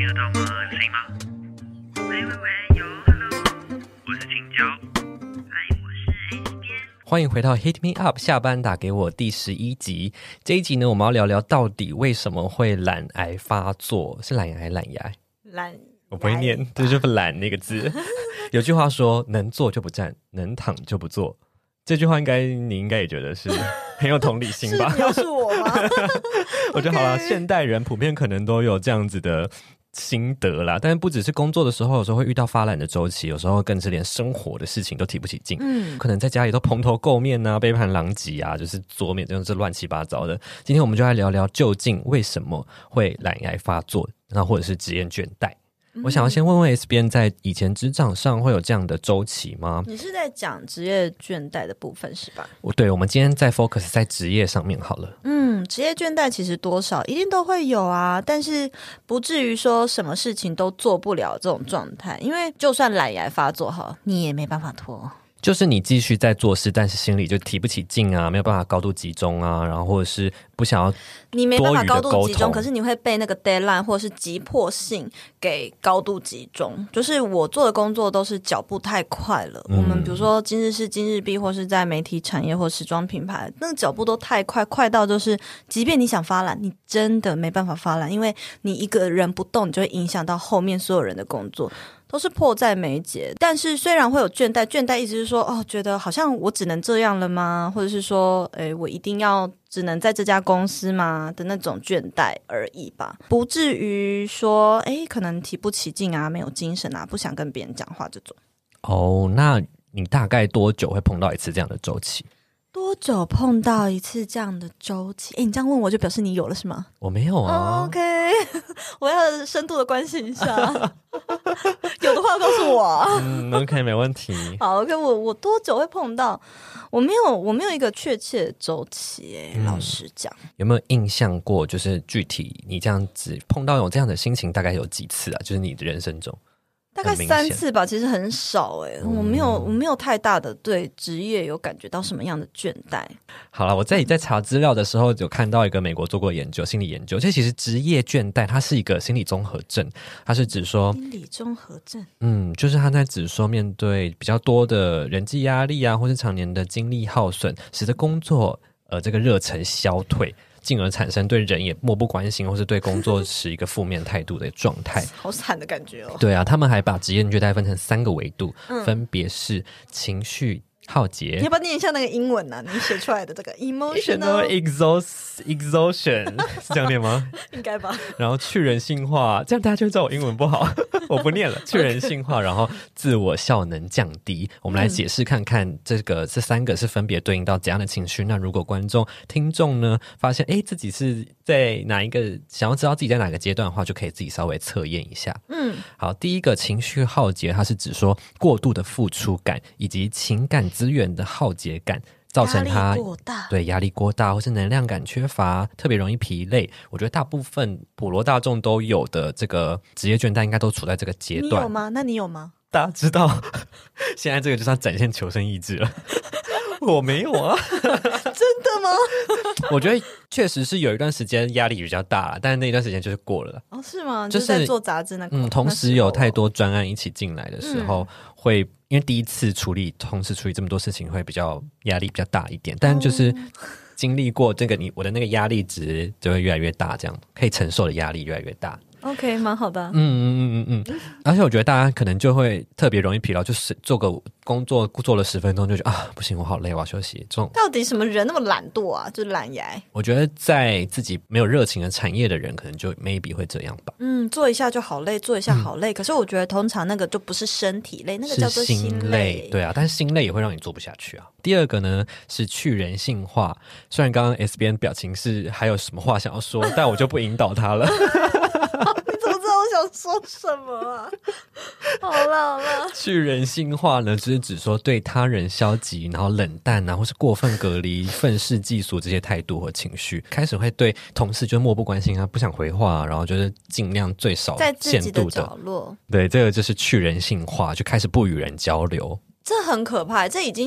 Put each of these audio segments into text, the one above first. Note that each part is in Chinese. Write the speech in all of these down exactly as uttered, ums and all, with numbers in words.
收到吗？有声音吗？喂喂喂，有 ，Hello， 我是青椒。嗨，我是 S 边。 欢迎回到 Hit Me Up 下班打给我第十一集。这一集呢，我们要聊聊到底为什么会懒癌发作？是懒牙还是懒牙？ 懒， 我不会念，这就是懒那个字。有句话说，能坐就不站，能躺就不坐。这句话应该你应该也觉得是很有同理心吧？ 是描述我吗？ 我觉得好了， Okay 现代人普遍可能都有这样子的心得啦，但是不只是工作的时候，有时候会遇到发懒的周期，有时候更是连生活的事情都提不起劲。嗯，可能在家里都蓬头垢面啊，杯盘狼藉啊，就是桌面真的是乱七八糟的。今天我们就来聊聊究竟为什么会懒癌发作，那或者是职业倦怠。我想要先问问 S 边，在以前职场上会有这样的周期吗？ 你是在讲职业倦怠的部分是吧？ 我对，我们今天在 focus 在职业上面好了。 嗯，职业倦怠其实多少一定都会有啊，但是不至于说什么事情都做不了这种状态，因为就算懒癌发作好，你也没办法拖。 就是你继续在做事，但是心里就提不起劲啊，没有办法高度集中啊，然后或者是不想要你没办法高度集中， 多余的沟通， 可是你会被那个 deadline 或者是急迫性给高度集中。就是我做的工作都是脚步太快了，嗯、我们比如说今日事今日毕，或是在媒体产业或时装品牌，那个脚步都太快，快到就是即便你想发懒，你真的没办法发懒，因为你一个人不动，你就会影响到后面所有人的工作。都是迫在眉睫，但是虽然会有倦怠，倦怠意思是说，哦，觉得好像我只能这样了吗？或者是说，诶，我一定要只能在这家公司吗？的那种倦怠而已吧，不至于说，诶，可能提不起劲啊，没有精神啊，不想跟别人讲话这种。 哦，那你大概多久会碰到一次这样的周期？ 多久碰到一次这样的周期？诶，你这样问我就表示你有了是吗？ 我没有啊。 Oh, OK， 我要深度的关心一下，有的话告诉我。 嗯 ，OK， 没问题。 好 ，OK， 我我多久会碰到？我没有，我没有一个确切的周期、欸。嗯、老实讲， 有没有印象过？就是具体你这样子碰到有这样的心情，大概有几次啊？就是你的人生中。 大概三次吧，其实很少哎、欸，嗯、我没有，我没有太大的对职业有感觉到什么样的倦怠。 好了，我在在查资料的时候，有看到一个美国做过研究，心理研究，这其实职业倦怠它是一个心理综合症，它是指说心理综合症， 嗯，就是它在指说面对比较多的人际压力啊，或是常年的精力耗损，使得工作呃这个热忱消退。进而产生对人也漠不关心，或是对工作持一个负面态度的状态。 好惨的感觉哦。 对啊，他们还把职业倦怠分成三个维度，嗯、分别是情绪耗竭。 你要不要念一下那个英文啊？你写出来的这个 emotional exhaust exhaustion 是这样念吗？ 应该吧。 然后去人性化，这样大家就会知道我英文不好，我不念了。去人性化，然后自我效能降低。我们来解释看看，这个、嗯、这三个是分别对应到怎样的情绪。那如果观众、听众呢，发现哎自己是在哪一个，想要知道自己在哪个阶段的话，就可以自己稍微测验一下。嗯，好，第一个情绪耗竭，它是指说过度的付出感以及情感资源的耗竭感，造成他对压力过大或是能量感缺乏，特别容易疲累。我觉得大部分普罗大众都有的这个职业倦怠，应该都处在这个阶段。 你有吗？那你有吗？ 大家知道，现在这个就是要展现求生意志了。我没有啊。 真的吗？ 我觉得确实是有一段时间压力比较大，但是那一段时间就是过了。 哦，是吗？ 就是、 就是在做杂志那个。 嗯，同时有太多专案一起进来的时候，嗯、会因为第一次处理，同时处理这么多事情，会比较压力比较大一点。但就是经历过这个，你我的那个压力值就会越来越大，这样可以承受的压力越来越大。 OK， 蛮好的。 嗯嗯嗯嗯嗯，而且我觉得大家可能就会特别容易疲劳，就是做个工作做了十分钟就觉得啊不行，我好累，我要休息。这种到底什么人那么懒惰啊？就懒癌。 我觉得在自己没有热情的产业的人，可能就 maybe 会这样吧。 嗯，做一下就好累，做一下好累。嗯、可是我觉得通常那个就不是身体累，那个叫做心累。 心累对啊，但是心累也会让你做不下去啊。第二个呢是去人性化，虽然刚刚 S 边表情是还有什么话想要说，但我就不引导他了。 你怎么知道我想说什么啊？好了好了， 去人性化呢，就是指说对他人消极，然后冷淡啊，或是过分隔离、愤世嫉俗这些态度和情绪，开始会对同事就漠不关心啊，不想回话，然后就是尽量最少限度的， 在自己的角落。 对，这个就是去人性化，就开始不与人交流。 这很可怕，这已经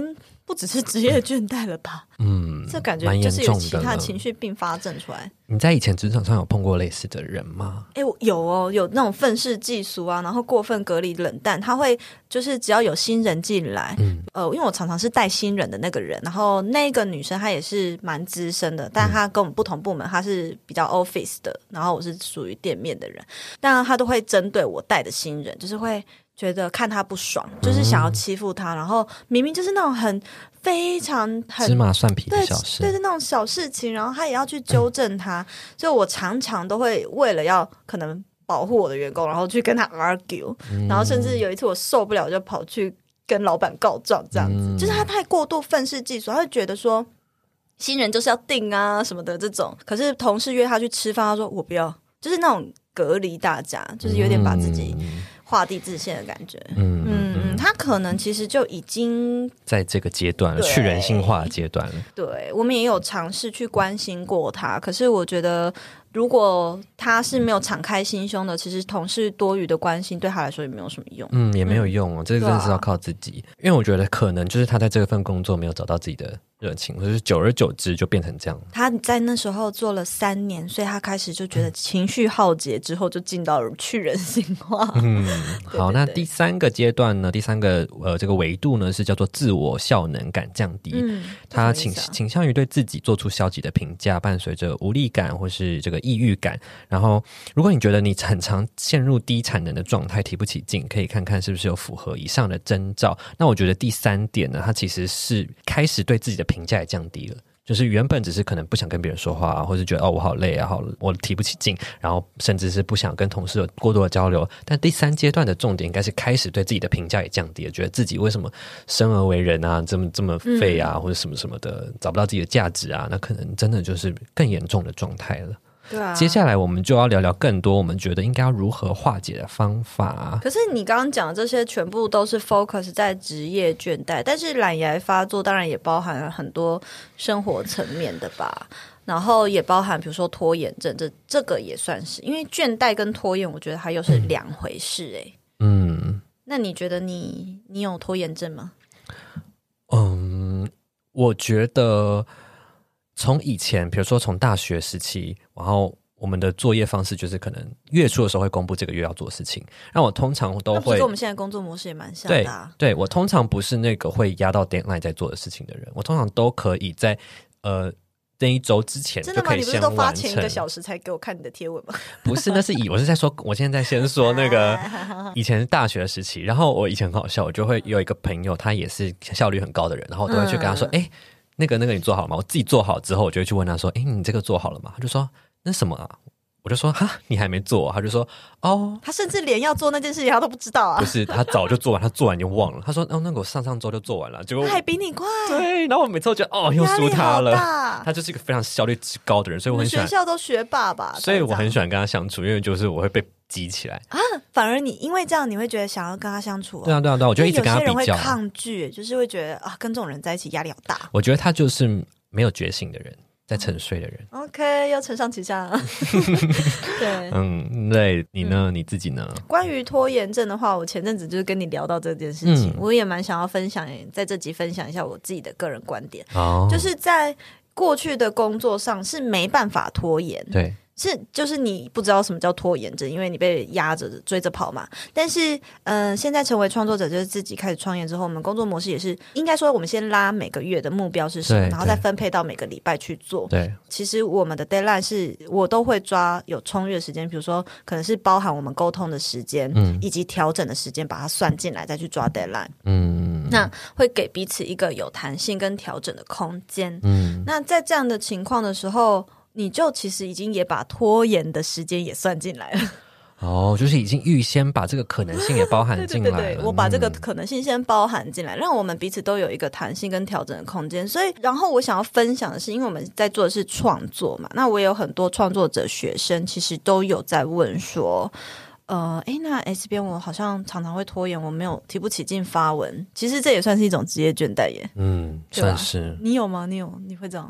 不只是职业倦怠了吧？ 嗯， 这感觉就是有其他情绪并发症出来。 你在以前职场上有碰过类似的人吗？ 哎、欸，有哦，有那种愤世嫉俗啊，然后过分隔离冷淡，他会就是只要有新人进来，嗯，呃，因为我常常是带新人的那个人，然后那个女生她也是蛮资深的，但她跟我们不同部门，她是比较 office 的，然后我是属于店面的人，但她都会针对我带的新人，就是会觉得看他不爽，就是想要欺负他，嗯、然后明明就是那种很非常很芝麻蒜皮的小事， 对对，那种小事情，然后他也要去纠正他，嗯、所以我常常都会为了要可能保护我的员工，然后去跟他 argue，嗯、然后甚至有一次我受不了，就跑去跟老板告状，这样子，嗯、就是他太过度愤世嫉俗，他会觉得说新人就是要定啊什么的这种，可是同事约他去吃饭，他说我不要，就是那种隔离大家，就是有点把自己。嗯画地自限的感觉，嗯嗯嗯，他可能其实就已经在这个阶段了，去人性化的阶段了。 对，我们也有尝试去关心过他，可是我觉得如果他是没有敞开心胸的，其实同事多余的关心对他来说也没有什么用， 嗯，也没有用哦，嗯、这个真的是要靠自己，啊、因为我觉得可能就是他在这份工作没有找到自己的热情，或者是久而久之就变成这样。 他在那时候做了三年，所以他开始就觉得情绪耗竭之后，就进到了去人性化。 嗯，好，对对对，那第三个阶段呢？第三个呃这个维度呢是叫做自我效能感降低。嗯，他倾倾向于对自己做出消极的评价，伴随着无力感或是这个抑郁感。然后，如果你觉得你很常陷入低产能的状态，提不起劲，可以看看是不是有符合以上的征兆。那我觉得第三点呢，他其实是开始对自己的评价也降低了。就是原本只是可能不想跟别人说话啊，或是觉得哦我好累啊，好我提不起劲，然后甚至是不想跟同事有过多的交流。但第三阶段的重点应该是开始对自己的评价也降低了，觉得自己为什么生而为人啊，这么这么废啊，嗯、或者什么什么的，找不到自己的价值啊，那可能真的就是更严重的状态了。 对啊， 接下来我们就要聊聊更多我们觉得应该要如何化解的方法。 可是你刚刚讲的这些全部都是 focus 在职业倦怠，但是懒癌发作当然也包含了很多生活层面的吧，然后也包含比如说拖延症，这这个也算是，因为倦怠跟拖延我觉得它又是两回事欸。嗯，那你觉得你你有拖延症吗？ 嗯，我觉得从以前比如说从大学时期，然后我们的作业方式就是可能月初的时候会公布这个月要做的事情，那我通常都会， 跟我们现在工作模式也蛮像的、啊、 对, 对我通常不是那个会压到 deadline 在做的事情的人，我通常都可以在呃那一周之前就可以先完成。真的吗？你不是都发前一个小时才给我看你的贴文吗？不是，那是以我是在说，我现在先说那个以前大学时期，然后我以前很好笑，我就会有一个朋友，他也是效率很高的人，然后我都会去跟他说，哎、嗯欸，那个那个你做好了吗？我自己做好之后，我就会去问他说，哎、欸，你这个做好了吗？他就说那什么啊？我就说哈，你还没做、啊？他就说哦， 他甚至连要做那件事情他都不知道啊。 不是，他早就做完，他做完就忘了。他说哦，那个我上上周就做完了，结果他还比你快。 对，然后我每次都觉得哦，又输他了。他就是一个非常效率之高的人，所以我很喜欢。 学校都学霸吧， 所以我很喜欢跟他相处，因为就是我会被激起来啊。反而你因为这样，你会觉得想要跟他相处、哦。 对啊，对啊，对啊，我就一直跟他比较。 有些人会抗拒，就是会觉得啊，跟这种人在一起压力好大。 我觉得他就是没有觉醒的人。在沉睡的人 ，OK， 要承上启下。对， 嗯，对，你呢？嗯、你自己呢？ 关于拖延症的话，我前阵子就是跟你聊到这件事情，嗯、我也蛮想要分享，在这集分享一下我自己的个人观点。哦，就是在过去的工作上是没办法拖延， 对。 是，就是你不知道什么叫拖延症，因为你被压着追着跑嘛。但是，嗯、呃，现在成为创作者，就是自己开始创业之后，我们工作模式也是应该说，我们先拉每个月的目标是什么，然后再分配到每个礼拜去做。 对， 其实我们的 deadline 是我都会抓有充裕的时间，比如说可能是包含我们沟通的时间，嗯，以及调整的时间，把它算进来，再去抓 deadline。嗯，那会给彼此一个有弹性跟调整的空间。嗯，那在这样的情况的时候。你就其实已经也把拖延的时间也算进来了。 哦，就是已经预先把这个可能性也包含进来了。对对对对， 我把这个可能性先包含进来，让我们彼此都有一个弹性跟调整的空间。所以，然后我想要分享的是，因为我们在做的是创作嘛，那我也有很多创作者学生，其实都有在问说，呃，诶，那 S 边我好像常常会拖延，我没有提不起劲发文。其实这也算是一种职业倦怠耶。 嗯，算是。 你有吗？你有？你会这样？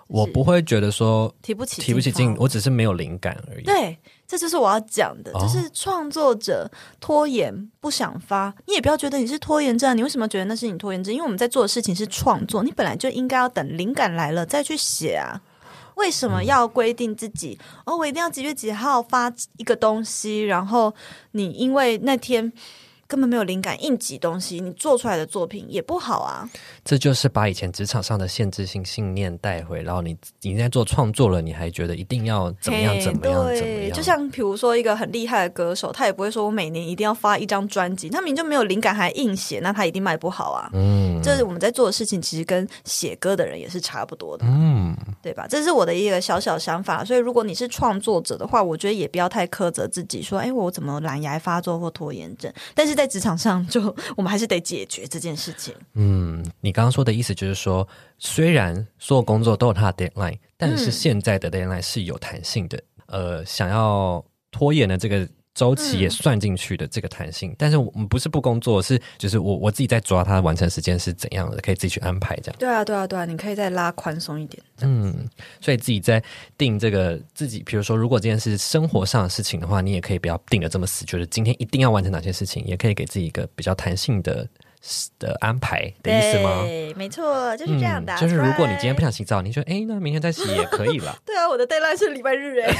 我不会觉得说提不起提不起劲，我只是没有灵感而已。 对，这就是我要讲的， 哦、 就是创作者拖延不想发，你也不要觉得你是拖延症，你为什么觉得那是你拖延症？因为我们在做的事情是创作，你本来就应该要等灵感来了再去写啊。为什么要规定自己、嗯、哦，我一定要几月几号发一个东西，然后你因为那天根本没有灵感硬挤东西，你做出来的作品也不好啊。 这就是把以前职场上的限制性信念带回，然后你你在做创作了，你还觉得一定要怎么样怎么样怎么样。 就像比如说一个很厉害的歌手，他也不会说我每年一定要发一张专辑，他明明就没有灵感还硬写，那他一定卖不好啊。嗯，这是我们在做的事情，其实跟写歌的人也是差不多的，嗯，对吧？这是我的一个小小想法。所以如果你是创作者的话，我觉得也不要太苛责自己说，哎，我怎么懒癌发作或拖延症。但是在职场上就我们还是得解决这件事情。 嗯，你刚刚说的意思就是说，虽然所有工作都有它的 deadline， 但是现在的 deadline 是有弹性的、嗯、呃，想要拖延的这个周期也算进去的这个弹性、嗯、但是我们不是不工作，是就是我我自己在抓它完成时间是怎样的，可以自己去安排这样。 对啊对啊对啊，你可以再拉宽松一点。 嗯，所以自己在定这个自己，比如说如果这件事生活上的事情的话，你也可以不要定得这么死，就是今天一定要完成哪些事情，也可以给自己一个比较弹性的的安排的意思吗？ 对，没错，就是这样的、 嗯、就是如果你今天不想洗澡，你说哎，那明天再洗也可以了。 对啊，我的 deadline 是礼拜日哎。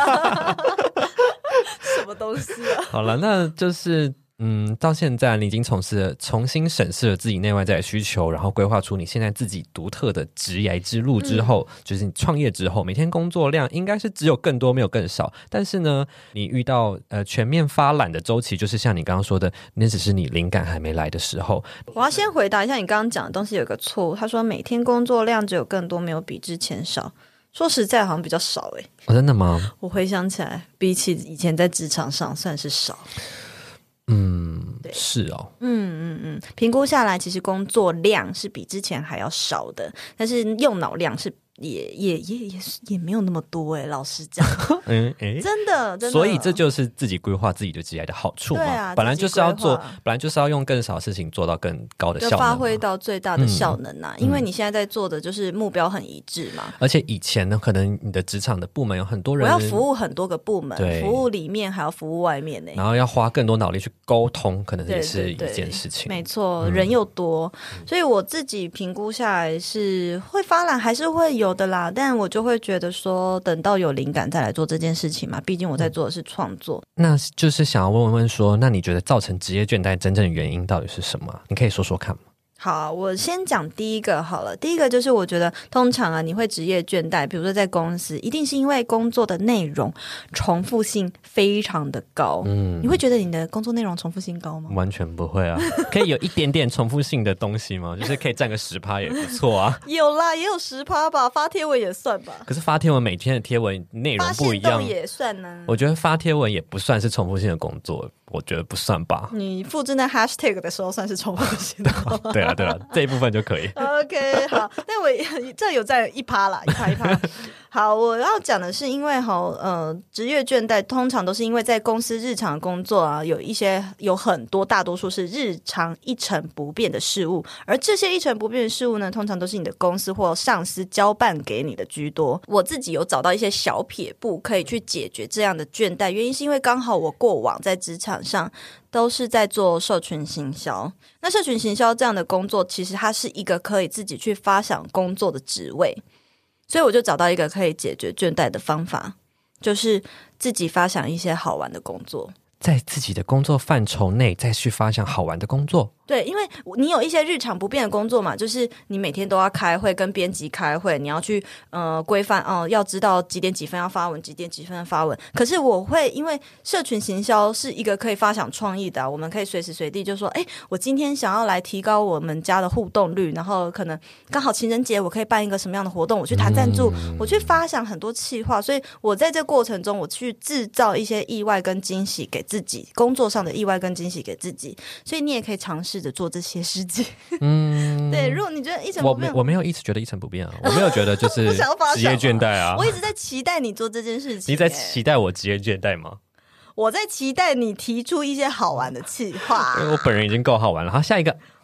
什么东西啊？ 好了，那就是嗯，到现在你已经从事了重新审视了自己内外在的需求，然后规划出你现在自己独特的职涯之路之后、嗯、就是你创业之后，每天工作量应该是只有更多没有更少，但是呢你遇到呃全面发懒的周期，就是像你刚刚说的，那只是你灵感还没来的时候。 我要先回答一下你刚刚讲的东西有个错误，他说每天工作量只有更多没有比之前少，说实在好像比较少耶、 哦、真的吗？ 我回想起来比起以前在职场上算是少。 嗯，是哦， 嗯嗯嗯，评估下来其实工作量是比之前还要少的，但是用脑量是也也也也也没有那么多哎，老实讲，嗯，哎，真的，真的， 所以这就是自己规划自己的职业的好处嘛。对啊，本来就是要做，本来就是要用更少的事情做到更高的效能， 发挥到最大的效能啊、嗯！因为你现在在做的就是目标很一致嘛。 而且以前呢，可能你的职场的部门有很多人， 我要服务很多个部门，服务里面还要服务外面呢， 然后要花更多脑力去沟通，可能也是一件事情。 对对对，没错，人又多、嗯，所以我自己评估下来是会发懒，还是会有的啦，但我就会觉得说等到有灵感再来做这件事情嘛，毕竟我在做的是创作、 嗯、那就是想要问问说，那你觉得造成职业倦怠真正的原因到底是什么？你可以说说看吗？ 好，我先讲第一个好了。第一个就是我觉得通常啊，你会职业倦怠，比如说在公司，一定是因为工作的内容重复性非常的高。嗯，你会觉得你的工作内容重复性高吗？ 完全不会啊，可以有一点点重复性的东西吗？就是可以占个十趴也不错啊。 有啦，也有十趴吧，发贴文也算吧。 可是发贴文每天的贴文内容不一样， 发限动也算呢、啊。 我觉得发贴文也不算是重复性的工作。我觉得不算吧。 你复制那 hashtag 的时候算是重复性的。 对啊对啊，这一部分就可以。 OK， 好，那我这有占一趴啦，一趴一趴。好，我要讲的是，因为哈呃，职业倦怠通常都是因为在公司日常工作啊，有一些有很多，大多数是日常一成不变的事物，而这些一成不变的事物呢，通常都是你的公司或上司交办给你的居多。我自己有找到一些小撇步可以去解决这样的倦怠，原因是因为刚好我过往在职场上都是在做社群行销，那社群行销这样的工作其实它是一个可以自己去发想工作的职位，所以我就找到一个可以解决倦怠的方法，就是自己发想一些好玩的工作， 在自己的工作范畴内再去发想好玩的工作。 对，因为你有一些日常不变的工作嘛，就是你每天都要开会，跟编辑开会，你要去呃规范哦，要知道几点几分要发文，几点几分要发文。可是我会因为社群行销是一个可以发想创意的、啊，我们可以随时随地就说，哎，我今天想要来提高我们家的互动率，然后可能刚好情人节我可以办一个什么样的活动，我去谈赞助、嗯，我去发想很多企划，所以我在这过程中我去制造一些意外跟惊喜给自己，工作上的意外跟惊喜给自己，所以你也可以尝试着做这些事情。嗯，对，如果你觉得一成不变， 我没我没有一直觉得一成不变啊，我没有觉得就是职业倦怠啊， 我一直在期待你做这件事情、欸。 你在期待我职业倦怠吗？ 我在期待你提出一些好玩的企划。 我本人已经够好玩了。好，下一个。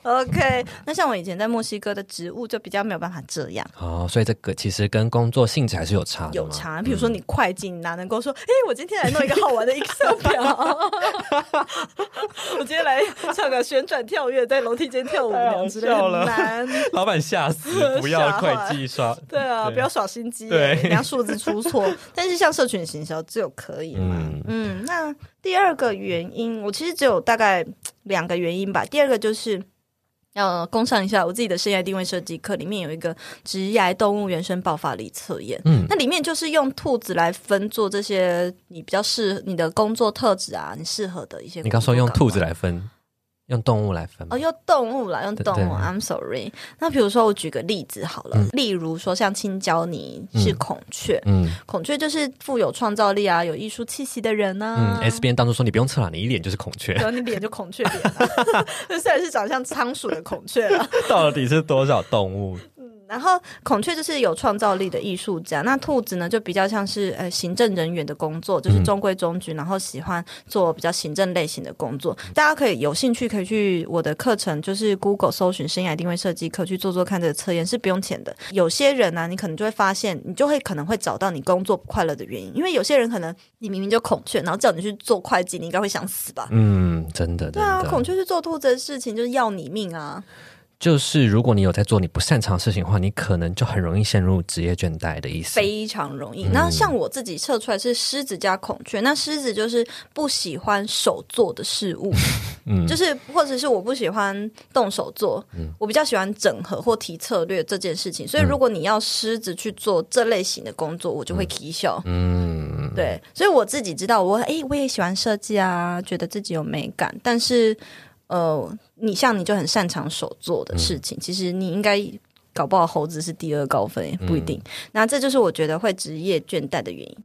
OK， 那像我以前在墨西哥的职务就比较没有办法这样哦，所以这个其实跟工作性质还是有差的吗？ 有差。比如说你会计，你哪能够说，哎、欸，我今天来弄一个好玩的 Excel 表，我今天来唱个旋转跳跃，在楼梯间跳舞娘之类的，很难。 老板吓死，不要会计刷， 对啊，对不要耍心机， 对， 人家数字出错。但是像社群行销只有可以嘛，嗯, 嗯，那第二个原因，我其实只有大概两个原因吧。第二个就是要工商一下我自己的生涯定位设计课，里面有一个职涯动物原生爆发力测验，嗯，那里面就是用兔子来分做这些你比较适你的工作特质啊，你适合的一些工作。 你刚说用兔子来分，用动物来分哦，用动物啦，用动物。I'm sorry。那比如说，我举个例子好了，嗯、例如说像青椒，你是孔雀，嗯，孔雀就是富有创造力啊，有艺术气息的人啊。 嗯 ，S B N 当初说你不用测了，你一脸就是孔雀， 然后你脸就孔雀脸、啊，那虽然是长相仓鼠的孔雀了， 到底是多少动物？ 然后孔雀就是有创造力的艺术家，那兔子呢就比较像是呃行政人员的工作，就是中规中矩，嗯、然后喜欢做比较行政类型的工作。大家可以有兴趣可以去我的课程，就是 Google 搜寻生涯定位设计课去做做看，这个测验是不用钱的。有些人呢、啊，你可能就会发现，你就会可能会找到你工作不快乐的原因，因为有些人可能你明明就孔雀，然后叫你去做会计，你应该会想死吧？ 嗯，真的， 对啊，孔雀去做兔子的事情就是要你命啊。 就是如果你有在做你不擅长的事情的话，你可能就很容易陷入职业倦怠的意思， 非常容易。嗯、那像我自己测出来是狮子加孔雀，那狮子就是不喜欢手做的事物，嗯，就是或者是我不喜欢动手做，嗯、我比较喜欢整合或提策略这件事情。所以如果你要狮子去做这类型的工作，我就会起笑，嗯，对。所以我自己知道我，我哎，我也喜欢设计啊，觉得自己有美感，但是。呃，你像你就很擅长手做的事情，嗯、其实你应该搞不好猴子是第二高分，不一定。嗯、那这就是我觉得会职业倦怠的原因。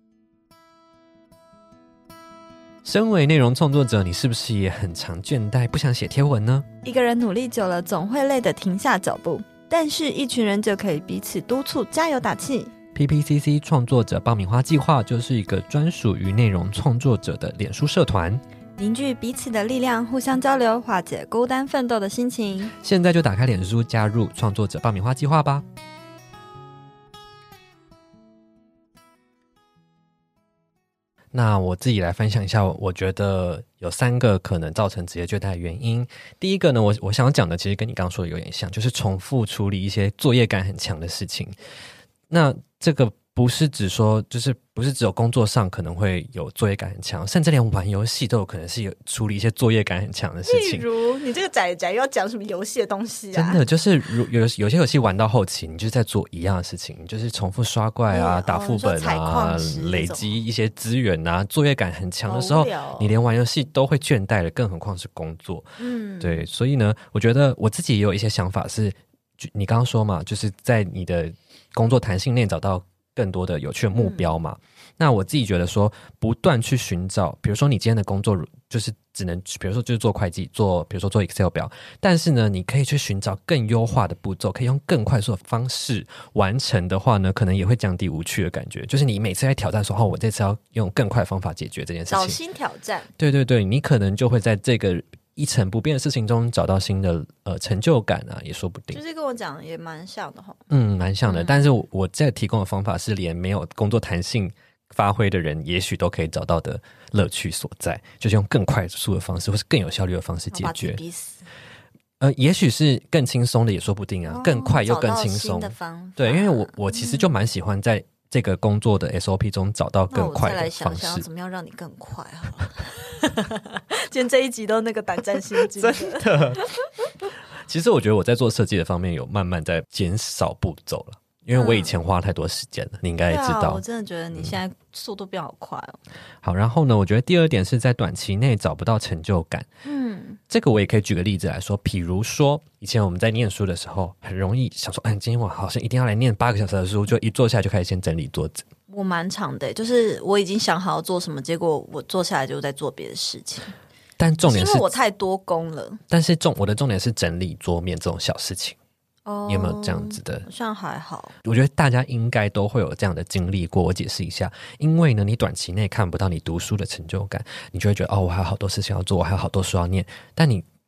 身为内容创作者，你是不是也很常倦怠，不想写贴文呢？ 一个人努力久了，总会累得停下脚步，但是一群人就可以彼此督促，加油打气。 P P C C 创作者爆米花计划就是一个专属于内容创作者的脸书社团。 凝聚彼此的力量，互相交流，化解孤单奋斗的心情。 现在就打开脸书，加入创作者爆米花计划吧。那我自己来分享一下，我觉得有三个可能造成职业倦怠的原因。第一个呢，我我想讲的其实跟你刚刚说的有点像，就是重复处理一些作业感很强的事情。那这个不是只说，就是不是只有工作上可能会有作业感很强，甚至连玩游戏都有可能是有处理一些作业感很强的事情。 例如，你这个宅宅又要讲什么游戏的东西啊？ 真的就是如有有些游戏玩到后期，你就是在做一样的事情，就是重复刷怪啊、嗯、打副本啊、累积一些资源啊，作业感很强的时候，你连玩游戏都会倦怠了，更何况是工作。嗯，对，所以呢，我觉得我自己也有一些想法是，你刚刚说嘛，就是在你的工作弹性内找到更多的有趣的目标嘛、嗯、那我自己觉得说不断去寻找，比如说你今天的工作就是只能比如说就是做会计，做比如说做 Excel 表，但是呢你可以去寻找更优化的步骤，可以用更快速的方式完成的话呢，可能也会降低无趣的感觉，就是你每次在挑战说哦，我这次要用更快的方法解决这件事情， 找新挑战， 对对对，你可能就会在这个一成不变的事情中找到新的呃成就感啊，也说不定。 就是跟我讲的也蛮像的齁。 嗯，蛮像的、嗯、但是我我在提供的方法是连没有工作弹性发挥的人也许都可以找到的乐趣所在，就是用更快速的方式或是更有效率的方式解决。把自己逼死呃，也许是更轻松的也说不定啊、哦、更快又更轻松的方法。对，因为我我其实就蛮喜欢在这个工作的 S O P 中找到更快的方式。那我再来想想怎么样让你更快好了今天这一集都那个胆战心惊真的其实我觉得我在做设计的方面有慢慢在减少步骤了，因为我以前花太多时间了、嗯、你应该也知道、啊、 我真的觉得你现在速度变好快哦、嗯、 好，然后呢我觉得第二点是在短期内找不到成就感。嗯，这个我也可以举个例子来说，比如说以前我们在念书的时候很容易想说哎，今天我好像一定要来念八个小时的书，就一坐下来就开始先整理桌子。 我蛮长的，就是我已经想好要做什么，结果我坐下来就在做别的事情。 但重点是因为我太多工了。 但是重我的重点是整理桌面这种小事情。哦，你有没有这样子的？ 好像还好。 我觉得大家应该都会有这样的经历过。我解释一下，因为呢，你短期内看不到你读书的成就感，你就会觉得哦，我还有好多事情要做，我还有好多书要念。但你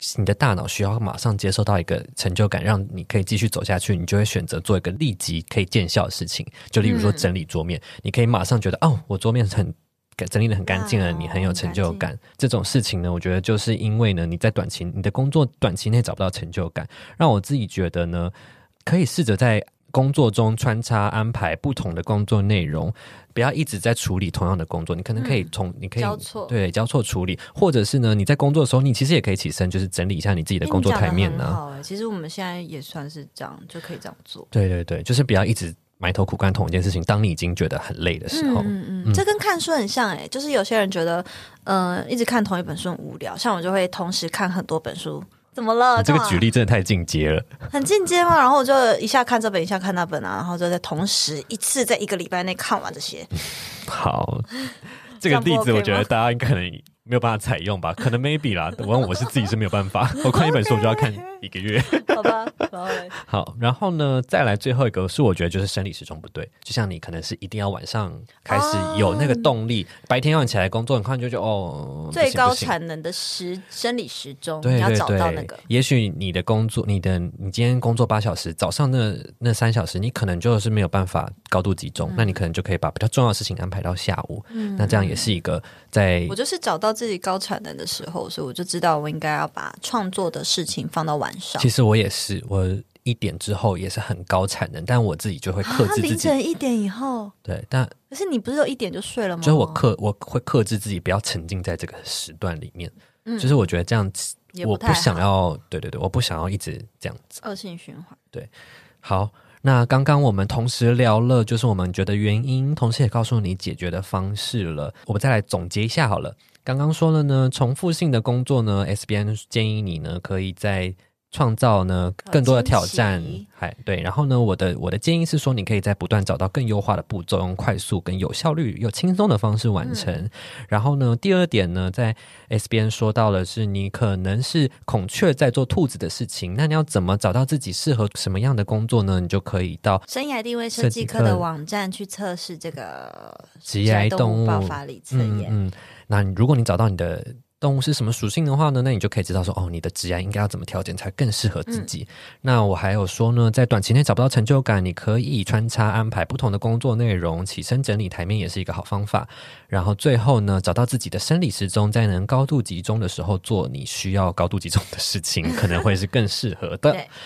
你的大脑需要马上接受到一个成就感，让你可以继续走下去，你就会选择做一个立即可以见效的事情。就例如说整理桌面，嗯、你可以马上觉得哦，我桌面很整理得很干净了，你很有成就感。这种事情呢，我觉得就是因为呢，你在短期你的工作短期内找不到成就感，让我自己觉得呢，可以试着在工作中穿插安排不同的工作内容，不要一直在处理同样的工作，你可能可以从、嗯、你可以交错对交错处理，或者是呢你在工作的时候，你其实也可以起身，就是整理一下你自己的工作台面呢、啊。 好，其实我们现在也算是这样，就可以这样做。 对对对，就是不要一直埋头苦干同一件事情，当你已经觉得很累的时候。 嗯嗯嗯，这跟看书很像哎、欸，就是有些人觉得，呃，一直看同一本书很无聊，像我就会同时看很多本书。怎么了？ 你这个举例真的太进阶了， 很进阶嘛。然后我就一下看这本，一下看那本啊，然后就在同时一次在一个礼拜内看完这些。 好，这个例子我觉得大家应该可能没有办法采用吧，可能 maybe 啦，我我是自己是没有办法，我看一本书我就要看一个月。 好吧， 好，然后呢，再来最后一个是我觉得就是生理时钟不对，就像你可能是一定要晚上开始有那个动力，哦、白天要你起来工作，你看就觉得哦， 最高产能的时生理时钟， 对对对， 你要找到那个。 也许你的工作，你的你今天工作八小时，早上那那三小时，你可能就是没有办法高度集中，嗯、那你可能就可以把比较重要的事情安排到下午。嗯，那这样也是一个在我就是找到自己高产能的时候，所以我就知道我应该要把创作的事情放到晚上。 其实我也是，我一点之后也是很高产能，但我自己就会克制自己。啊、 凌晨一点以后， 对，但可是你不是有一点就睡了吗？ 就是我克我会克制自己，不要沉浸在这个时段里面。嗯，就是我觉得这样子，我不想要，对对对，我不想要一直这样子， 恶性循环。 对，好。那刚刚我们同时聊了，就是我们觉得原因，同时也告诉你解决的方式了。我们再来总结一下好了。刚刚说了呢，重复性的工作呢 ，S B N 建议你呢可以在创造呢更多的挑战，还对。然后呢，我的我的建议是说，你可以在不断找到更优化的步骤，用快速、跟有效率又轻松的方式完成。嗯、然后呢，第二点呢，在 S B N 说到的是，你可能是孔雀在做兔子的事情，那你要怎么找到自己适合什么样的工作呢？你就可以到生涯定位设计课的网站去测试这个职业动物爆发力测验。 嗯，嗯那如果你找到你的动物是什么属性的话呢，那你就可以知道说，哦，你的职业应该要怎么调整才更适合自己。嗯、那我还有说呢，在短期内找不到成就感，你可以穿插安排不同的工作内容，起身整理台面也是一个好方法。然后最后呢，找到自己的生理时钟，在能高度集中的时候做你需要高度集中的事情，可能会是更适合的。 对，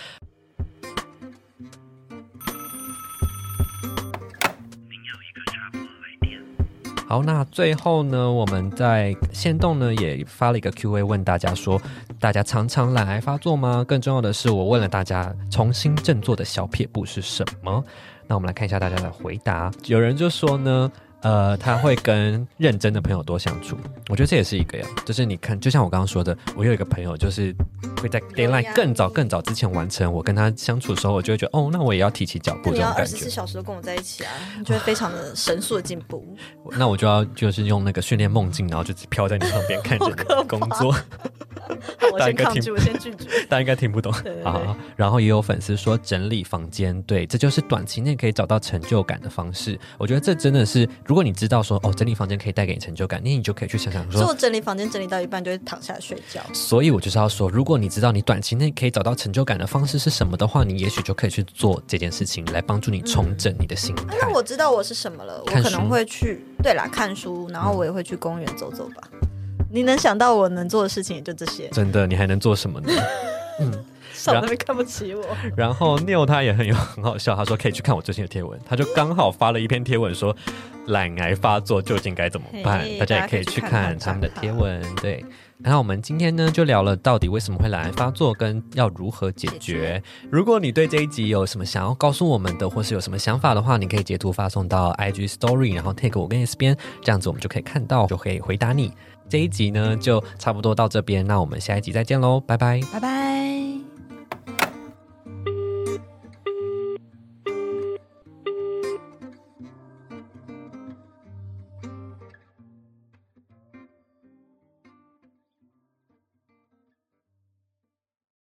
好，那最后呢，我们在限动呢也发了一个 Q A， 问大家说，大家常常懒癌发作吗？更重要的是，我问了大家重新振作的小撇步是什么？那我们来看一下大家的回答。有人就说呢，呃，他会跟认真的朋友多相处。我觉得这也是一个呀，就是你看，就像我刚刚说的，我有一个朋友就是会在 deadline 更早更早之前完成，我跟他相处的时候，我就会觉得，哦，那我也要提起脚步，这种感觉。 你要二十四小时都跟我在一起啊，你就会非常的神速的进步。 那我就要就是用那个训练梦境，然后就飘在你旁边看着你工作。 我先抗拒，我先拒绝。 大家应该听不懂。对对对好好好，然后也有粉丝说整理房间，对，这就是短期内可以找到成就感的方式。我觉得这真的是，如果你知道说哦，整理房间可以带给你成就感，那你就可以去想想说， 所以我整理房间整理到一半就会躺下来睡觉。 所以我就是要说，如果你知道你短期内可以找到成就感的方式是什么的话，你也许就可以去做这件事情，来帮助你重整你的心态。 嗯啊、那我知道我是什么了，我可能会去，对啦，看书，然后我也会去公园走走吧。你能想到我能做的事情也就这些。 真的，你还能做什么呢？嗯， 少那边看不起我。 然后 Neil 他也很有很好笑，他说可以去看我最新的贴文，他就刚好发了一篇贴文说懒癌发作究竟该怎么办，大家也可以去看他们的贴文。对，然后我们今天呢就聊了到底为什么会懒癌发作，跟要如何解决。如果你对这一集有什么想要告诉我们的，或是有什么想法的话，你可以截图发送到 I G Story， 然后 tag 我跟 S 边，这样子我们就可以看到，就可以回答你。这一集呢就差不多到这边，那我们下一集再见咯，拜拜， 拜拜。